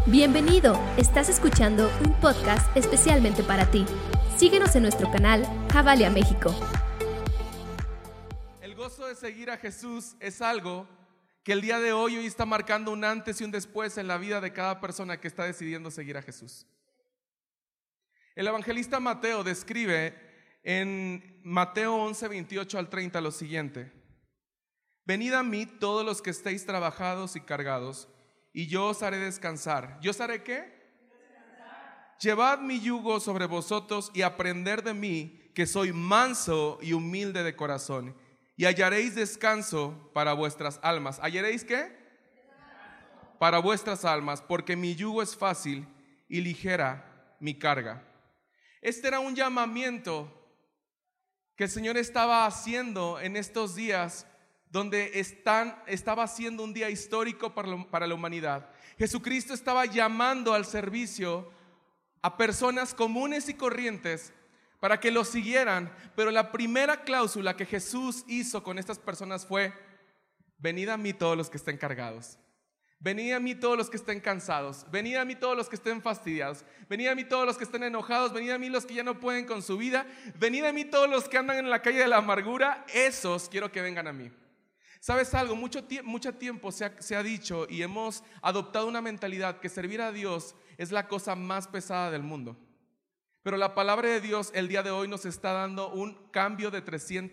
Bienvenido, estás escuchando un podcast especialmente para ti. Síguenos en nuestro canal Javalia México. El gozo de seguir a Jesús es algo que el día de hoy está marcando un antes y un después en la vida de cada persona que está decidiendo seguir a Jesús. El evangelista Mateo describe en Mateo 11, 28 al 30 lo siguiente: venid a mí todos los que estéis trabajados y cargados, y yo os haré descansar. ¿Yo os haré qué? Descansar. Llevad mi yugo sobre vosotros y aprended de mí, que soy manso y humilde de corazón, y hallaréis descanso para vuestras almas. ¿Hallaréis qué? Descanso. Para vuestras almas, porque mi yugo es fácil y ligera mi carga. Este era un llamamiento que el Señor estaba haciendo en estos días, donde estaba siendo un día histórico para la humanidad. Jesucristo estaba llamando al servicio a personas comunes y corrientes para que lo siguieran, pero la primera cláusula que Jesús hizo con estas personas fue: venid a mí todos los que estén cargados, venid a mí todos los que estén cansados, venid a mí todos los que estén fastidiados, venid a mí todos los que estén enojados, venid a mí los que ya no pueden con su vida, venid a mí todos los que andan en la calle de la amargura, esos quiero que vengan a mí. ¿Sabes algo? Mucho tiempo se ha dicho y hemos adoptado una mentalidad que servir a Dios es la cosa más pesada del mundo. Pero la palabra de Dios el día de hoy nos está dando un cambio de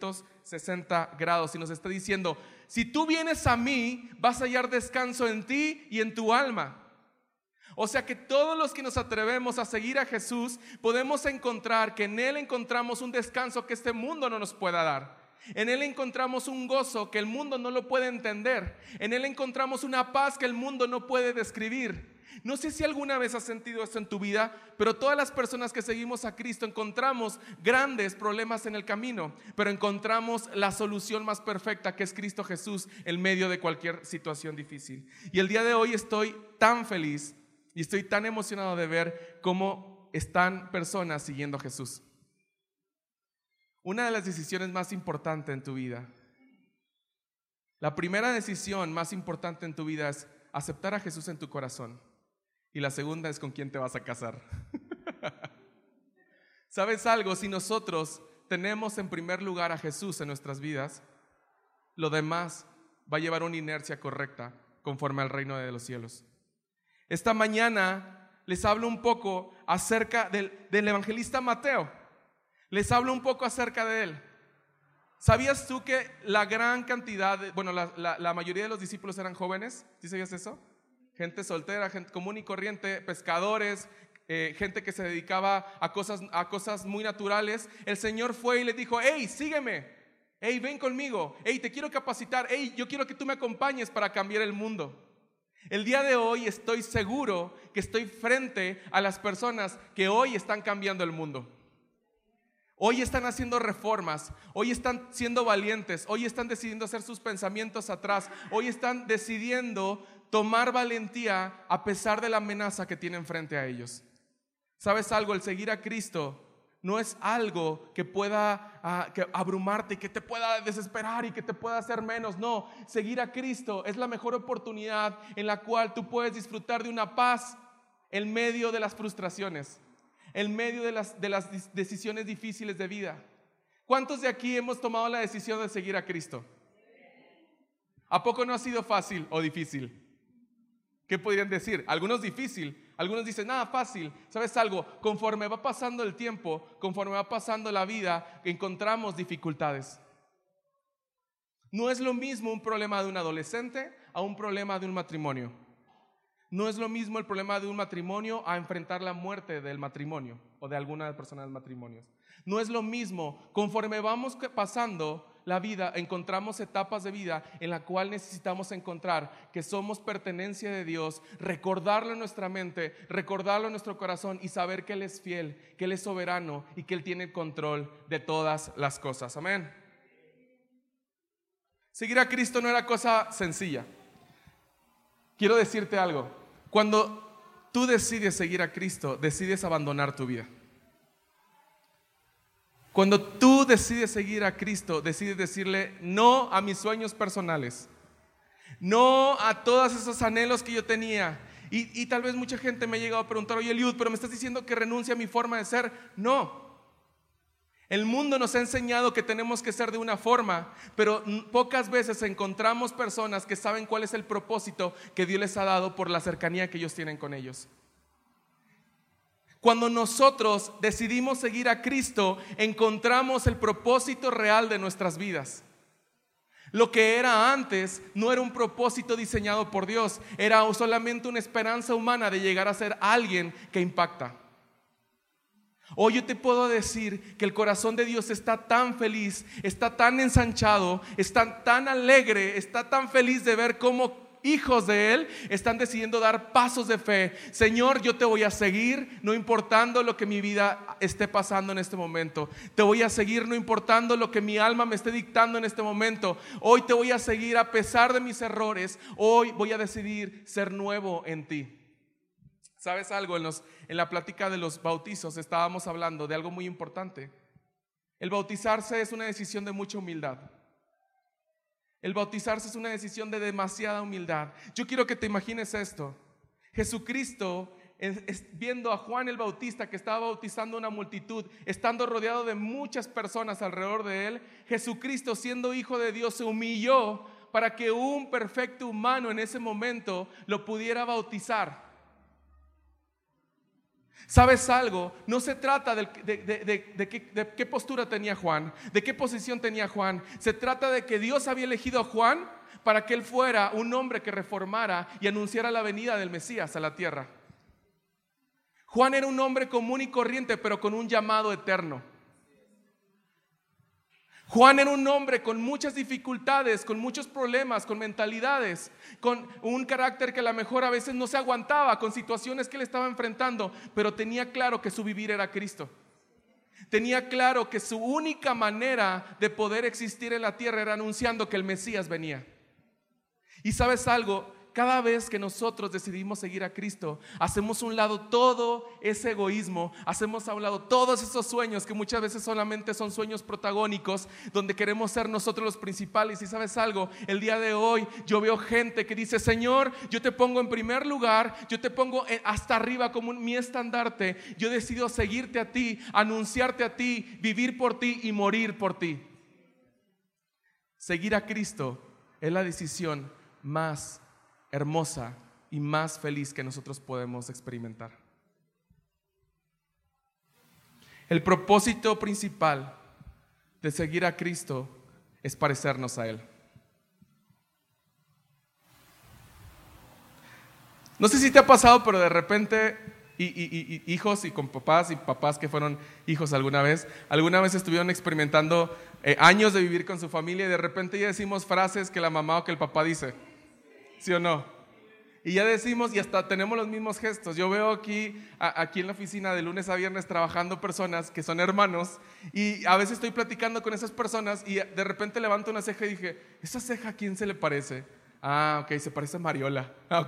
360 grados y nos está diciendo: si tú vienes a mí, vas a hallar descanso en ti y en tu alma. O sea que todos los que nos atrevemos a seguir a Jesús podemos encontrar que en Él encontramos un descanso que este mundo no nos pueda dar. En Él encontramos un gozo que el mundo no lo puede entender. En Él encontramos una paz que el mundo no puede describir. No sé si alguna vez has sentido esto en tu vida, pero todas las personas que seguimos a Cristo encontramos grandes problemas en el camino, pero encontramos la solución más perfecta, que es Cristo Jesús, en medio de cualquier situación difícil. Y el día de hoy estoy tan feliz y estoy tan emocionado de ver cómo están personas siguiendo a Jesús. Una de las decisiones más importantes en tu vida, la primera decisión más importante en tu vida es aceptar a Jesús en tu corazón. Y la segunda es con quién te vas a casar. ¿Sabes algo? Si nosotros tenemos en primer lugar a Jesús en nuestras vidas, lo demás va a llevar una inercia correcta conforme al reino de los cielos. Esta mañana les hablo un poco acerca del evangelista Mateo. Les hablo un poco acerca de él. ¿Sabías tú que la gran cantidad, la mayoría de los discípulos eran jóvenes? ¿Sí sabías eso? Gente soltera, gente común y corriente, pescadores, gente que se dedicaba a cosas muy naturales. El Señor fue y les dijo: hey, sígueme, hey, ven conmigo, hey, te quiero capacitar, hey, yo quiero que tú me acompañes para cambiar el mundo. El día de hoy estoy seguro que estoy frente a las personas que hoy están cambiando el mundo. Hoy están haciendo reformas, hoy están siendo valientes, hoy están decidiendo hacer sus pensamientos atrás, hoy están decidiendo tomar valentía a pesar de la amenaza que tienen frente a ellos. ¿Sabes algo? El seguir a Cristo no es algo que pueda que abrumarte y que te pueda desesperar y que te pueda hacer menos. No, seguir a Cristo es la mejor oportunidad en la cual tú puedes disfrutar de una paz en medio de las frustraciones, en medio de las decisiones difíciles de vida. ¿Cuántos de aquí hemos tomado la decisión de seguir a Cristo? ¿A poco no ha sido fácil o difícil? ¿Qué podrían decir? Algunos difícil, algunos dicen nada, fácil. ¿Sabes algo? Conforme va pasando el tiempo, conforme va pasando la vida, encontramos dificultades. No es lo mismo un problema de un adolescente a un problema de un matrimonio. No es lo mismo el problema de un matrimonio a enfrentar la muerte del matrimonio o de alguna persona del matrimonio. No es lo mismo. Conforme vamos pasando la vida, encontramos etapas de vida en la cual necesitamos encontrar que somos pertenencia de Dios, recordarlo en nuestra mente, recordarlo en nuestro corazón y saber que Él es fiel, que Él es soberano y que Él tiene control de todas las cosas. Amén. Seguir a Cristo no era cosa sencilla. Quiero decirte algo. Cuando tú decides seguir a Cristo, decides abandonar tu vida. Cuando tú decides seguir a Cristo, decides decirle no a mis sueños personales, no a todos esos anhelos que yo tenía, Y tal vez mucha gente me ha llegado a preguntar, oye Eliud, pero me estás diciendo que renuncie a mi forma de ser. No. El mundo nos ha enseñado que tenemos que ser de una forma, pero pocas veces encontramos personas que saben cuál es el propósito que Dios les ha dado por la cercanía que ellos tienen con ellos. Cuando nosotros decidimos seguir a Cristo, encontramos el propósito real de nuestras vidas. Lo que era antes no era un propósito diseñado por Dios, era solamente una esperanza humana de llegar a ser alguien que impacta. Hoy yo te puedo decir que el corazón de Dios está tan feliz, está tan ensanchado, está tan alegre, está tan feliz de ver cómo hijos de Él están decidiendo dar pasos de fe. Señor, yo te voy a seguir, no importando lo que mi vida esté pasando en este momento. Te voy a seguir no importando lo que mi alma me esté dictando en este momento. Hoy te voy a seguir a pesar de mis errores. Hoy voy a decidir ser nuevo en ti. ¿Sabes algo? En la plática de los bautizos estábamos hablando de algo muy importante. El bautizarse es una decisión de mucha humildad. El bautizarse es una decisión de demasiada humildad. Yo quiero que te imagines esto. Jesucristo, viendo a Juan el Bautista que estaba bautizando a una multitud, estando rodeado de muchas personas alrededor de él, Jesucristo, siendo hijo de Dios, se humilló para que un perfecto humano en ese momento lo pudiera bautizar. ¿Sabes algo? No se trata de qué postura tenía Juan, de qué posición tenía Juan. Se trata de que Dios había elegido a Juan para que él fuera un hombre que reformara y anunciara la venida del Mesías a la tierra. Juan era un hombre común y corriente, pero con un llamado eterno. Juan era un hombre con muchas dificultades, con muchos problemas, con mentalidades, con un carácter que a lo mejor a veces no se aguantaba, con situaciones que él estaba enfrentando, pero tenía claro que su vivir era Cristo. Tenía claro que su única manera de poder existir en la tierra era anunciando que el Mesías venía. Y ¿sabes algo? Cada vez que nosotros decidimos seguir a Cristo, hacemos a un lado todo ese egoísmo, hacemos a un lado todos esos sueños que muchas veces solamente son sueños protagónicos, donde queremos ser nosotros los principales. Y ¿sabes algo? El día de hoy yo veo gente que dice, Señor, yo te pongo en primer lugar, yo te pongo hasta arriba como mi estandarte. Yo decido seguirte a ti, anunciarte a ti, vivir por ti y morir por ti. Seguir a Cristo es la decisión más hermosa y más feliz que nosotros podemos experimentar. El propósito principal de seguir a Cristo es parecernos a Él. No sé si te ha pasado, pero de repente hijos y con papás y papás que fueron hijos alguna vez estuvieron experimentando años de vivir con su familia y de repente ya decimos frases que la mamá o que el papá dice. ¿Sí o no? Y ya decimos y hasta tenemos los mismos gestos. Yo veo aquí en la oficina de lunes a viernes trabajando personas que son hermanos y a veces estoy platicando con esas personas y de repente levanto una ceja y dije, ¿esa ceja a quién se le parece? Ah, ok, se parece a Mariola. Ok.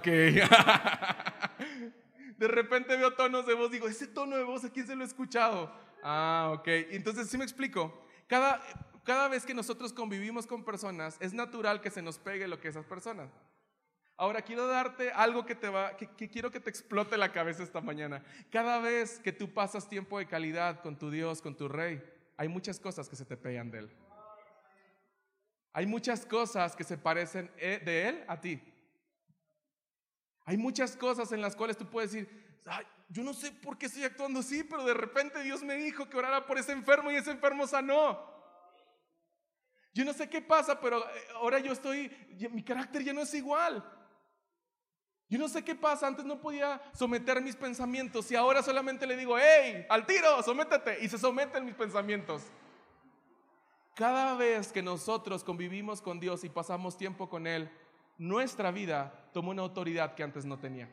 De repente veo tonos de voz, digo, ¿ese tono de voz a quién se lo he escuchado? Ah, ok. Entonces, ¿sí me explico? Cada vez que nosotros convivimos con personas, es natural que se nos pegue lo que esas personas. Ahora quiero darte algo que quiero que te explote la cabeza esta mañana. Cada vez que tú pasas tiempo de calidad con tu Dios, con tu Rey, hay muchas cosas que se te pegan de Él. Hay muchas cosas que se parecen de Él a ti. Hay muchas cosas en las cuales tú puedes decir, ay, yo no sé por qué estoy actuando así, pero de repente Dios me dijo que orara por ese enfermo y ese enfermo sanó. Yo no sé qué pasa, pero ahora mi carácter ya no es igual. Yo no sé qué pasa, antes no podía someter mis pensamientos y ahora solamente le digo, hey, al tiro, sométete, y se someten mis pensamientos. Cada vez que nosotros convivimos con Dios y pasamos tiempo con Él, nuestra vida toma una autoridad que antes no tenía.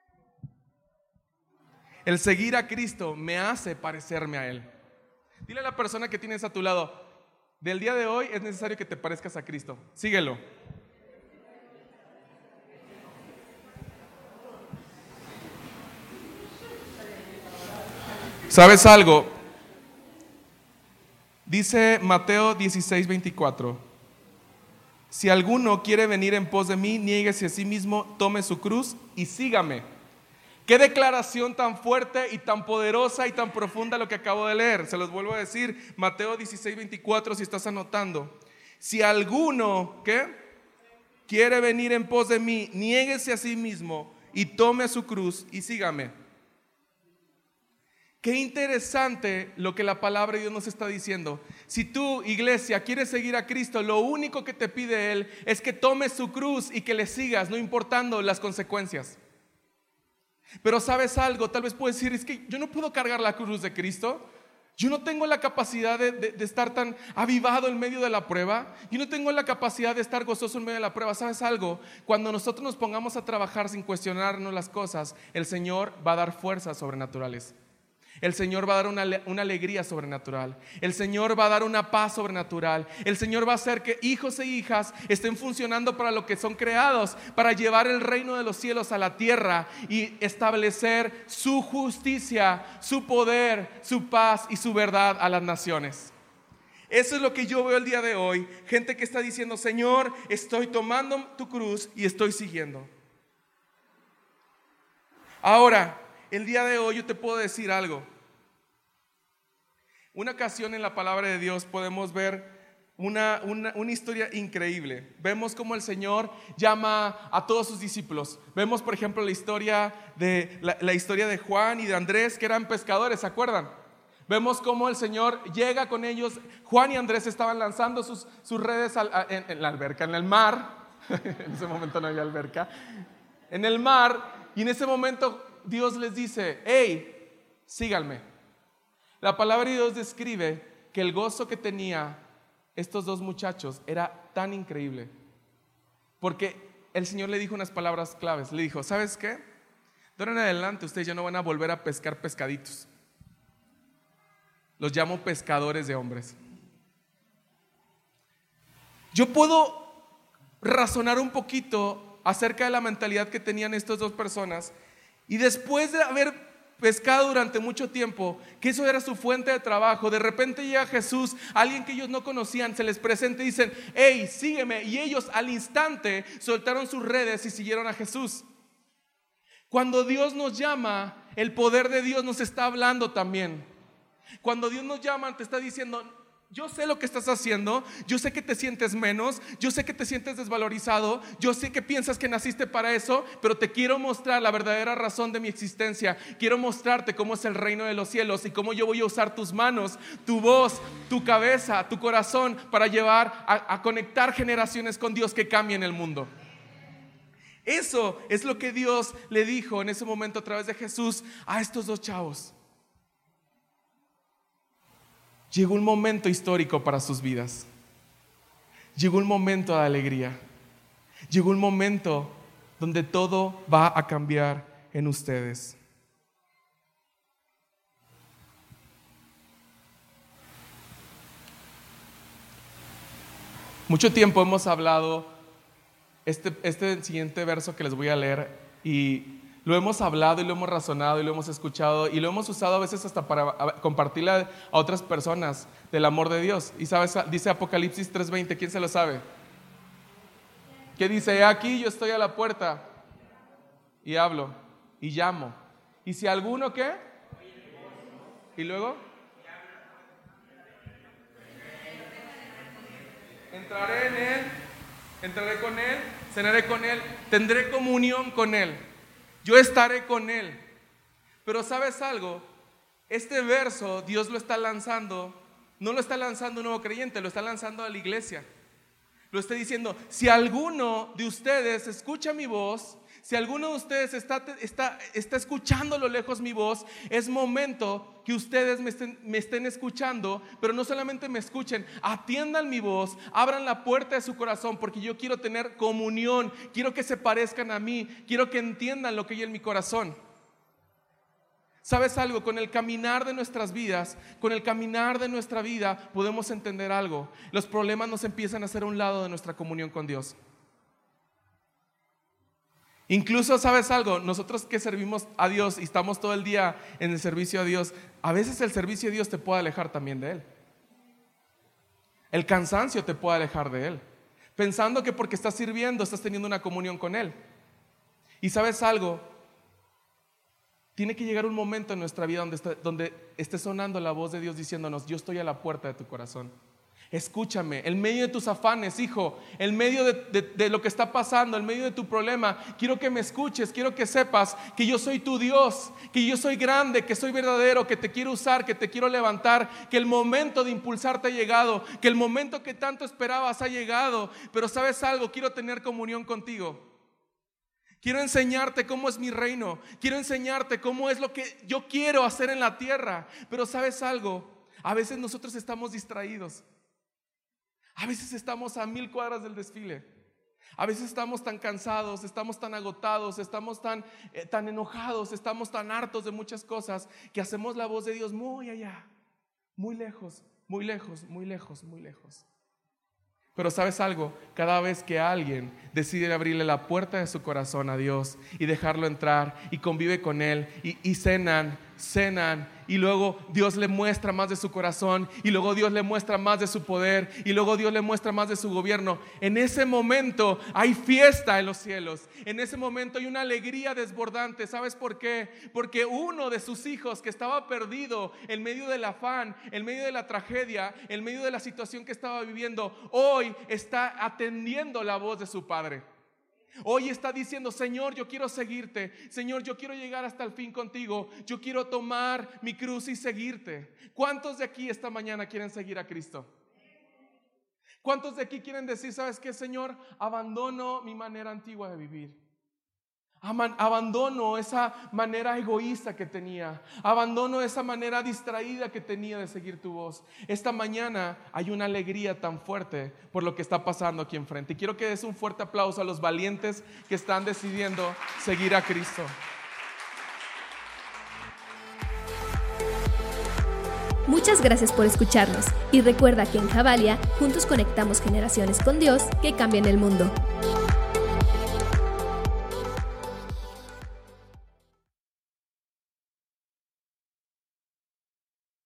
El seguir a Cristo me hace parecerme a Él. Dile a la persona que tienes a tu lado, del día de hoy es necesario que te parezcas a Cristo. Síguelo. ¿Sabes algo? Dice Mateo 16:24. Si alguno quiere venir en pos de mí, niéguese a sí mismo, tome su cruz y sígame. Qué declaración tan fuerte y tan poderosa y tan profunda lo que acabo de leer. Se los vuelvo a decir, Mateo 16:24, si estás anotando. Si alguno, ¿qué? Quiere venir en pos de mí, niéguese a sí mismo y tome su cruz y sígame. Qué interesante lo que la palabra de Dios nos está diciendo. Si tú, iglesia, quieres seguir a Cristo, lo único que te pide Él es que tomes su cruz y que le sigas, no importando las consecuencias. Pero ¿sabes algo? Tal vez puedes decir, es que yo no puedo cargar la cruz de Cristo. Yo no tengo la capacidad de estar tan avivado en medio de la prueba. Yo no tengo la capacidad de estar gozoso en medio de la prueba. ¿Sabes algo? Cuando nosotros nos pongamos a trabajar sin cuestionarnos las cosas, el Señor va a dar fuerzas sobrenaturales. El Señor va a dar una alegría sobrenatural. El Señor va a dar una paz sobrenatural. El Señor va a hacer que hijos e hijas estén funcionando para lo que son creados, para llevar el reino de los cielos a la tierra y establecer su justicia, su poder, su paz y su verdad a las naciones. Eso es lo que yo veo el día de hoy. Gente que está diciendo, Señor, estoy tomando tu cruz y estoy siguiendo. Ahora, el día de hoy yo te puedo decir algo. Una ocasión en la palabra de Dios podemos ver una historia increíble. Vemos cómo el Señor llama a todos sus discípulos. Vemos, por ejemplo, la historia de Juan y de Andrés, que eran pescadores, ¿se acuerdan? Vemos cómo el Señor llega con ellos. Juan y Andrés estaban lanzando sus redes en la alberca, en el mar. En ese momento no había alberca. En el mar, y en ese momento Dios les dice, hey, síganme. La palabra de Dios describe que el gozo que tenía estos dos muchachos era tan increíble, porque el Señor le dijo unas palabras claves. Le dijo, ¿sabes qué? De ahora en adelante ustedes ya no van a volver a pescar pescaditos. Los llamo pescadores de hombres. Yo puedo razonar un poquito acerca de la mentalidad que tenían estas dos personas. Y después de haber pescado durante mucho tiempo, que eso era su fuente de trabajo, de repente llega Jesús, alguien que ellos no conocían, se les presenta y dicen, hey, sígueme. Y ellos al instante soltaron sus redes y siguieron a Jesús. Cuando Dios nos llama, el poder de Dios nos está hablando también. Cuando Dios nos llama, te está diciendo, yo sé lo que estás haciendo, yo sé que te sientes menos, yo sé que te sientes desvalorizado, yo sé que piensas que naciste para eso, pero te quiero mostrar la verdadera razón de mi existencia. Quiero mostrarte cómo es el reino de los cielos y cómo yo voy a usar tus manos, tu voz, tu cabeza, tu corazón para llevar a conectar generaciones con Dios que cambien el mundo. Eso es lo que Dios le dijo en ese momento a través de Jesús a estos dos chavos. Llegó un momento histórico para sus vidas. Llegó un momento de alegría. Llegó un momento donde todo va a cambiar en ustedes. Mucho tiempo hemos hablado este siguiente verso que les voy a leer, y lo hemos hablado y lo hemos razonado y lo hemos escuchado y lo hemos usado a veces hasta para compartirle a otras personas del amor de Dios. Y sabes, dice Apocalipsis 3:20, ¿quién se lo sabe? ¿Qué dice? Aquí yo estoy a la puerta y hablo y llamo. Y si alguno, ¿qué? ¿Y luego? Entraré en él, entraré con él, cenaré con él, tendré comunión con él. Yo estaré con él. Pero ¿sabes algo? Este verso Dios lo está lanzando, no lo está lanzando un nuevo creyente, lo está lanzando a la iglesia. Lo está diciendo, si alguno de ustedes escucha mi voz, si alguno de ustedes está escuchando a lo lejos mi voz, es momento que ustedes me estén escuchando, pero no solamente me escuchen, atiendan mi voz, abran la puerta de su corazón, porque yo quiero tener comunión, quiero que se parezcan a mí, quiero que entiendan lo que hay en mi corazón. ¿Sabes algo? Con el caminar de nuestras vidas, con el caminar de nuestra vida, podemos entender algo. Los problemas nos empiezan a hacer a un lado de nuestra comunión con Dios. Incluso, ¿sabes algo? Nosotros que servimos a Dios y estamos todo el día en el servicio a Dios, a veces el servicio a Dios te puede alejar también de Él. El cansancio te puede alejar de Él, pensando que porque estás sirviendo estás teniendo una comunión con Él. Y ¿sabes algo? Tiene que llegar un momento en nuestra vida donde esté sonando la voz de Dios diciéndonos: yo estoy a la puerta de tu corazón. Escúchame, en medio de tus afanes, hijo, en medio de lo que está pasando, en medio de tu problema, quiero que me escuches, quiero que sepas que yo soy tu Dios, que yo soy grande, que soy verdadero, que te quiero usar, que te quiero levantar, que el momento de impulsarte ha llegado, que el momento que tanto esperabas ha llegado. Pero ¿sabes algo? Quiero tener comunión contigo. Quiero enseñarte cómo es mi reino, quiero enseñarte cómo es lo que yo quiero hacer en la tierra. Pero ¿sabes algo? A veces nosotros estamos distraídos. A veces estamos a 1000 cuadras del desfile. A veces estamos tan cansados, estamos tan agotados, estamos tan enojados, estamos tan hartos de muchas cosas que hacemos la voz de Dios muy allá, muy lejos, muy lejos, muy lejos, muy lejos. Pero ¿sabes algo? Cada vez que alguien decide abrirle la puerta de su corazón a Dios y dejarlo entrar y convive con Él y cenan y luego Dios le muestra más de su corazón y luego Dios le muestra más de su poder y luego Dios le muestra más de su gobierno, en ese momento hay fiesta en los cielos. En ese momento hay una alegría desbordante. ¿Sabes por qué? Porque uno de sus hijos que estaba perdido en medio del afán, en medio de la tragedia, en medio de la situación que estaba viviendo, hoy está atendiendo la voz de su padre. Hoy está diciendo: Señor, yo quiero seguirte. Señor, yo quiero llegar hasta el fin contigo. Yo quiero tomar mi cruz y seguirte. ¿Cuántos de aquí esta mañana quieren seguir a Cristo? ¿Cuántos de aquí quieren decir: ¿sabes qué, Señor? Abandono mi manera antigua de vivir. Abandono esa manera egoísta que tenía. Abandono esa manera distraída que tenía de seguir tu voz. Esta mañana hay una alegría tan fuerte por lo que está pasando aquí enfrente. Y quiero que des un fuerte aplauso a los valientes que están decidiendo seguir a Cristo. Muchas gracias por escucharnos. Y recuerda que en Javalia juntos conectamos generaciones con Dios que cambian el mundo.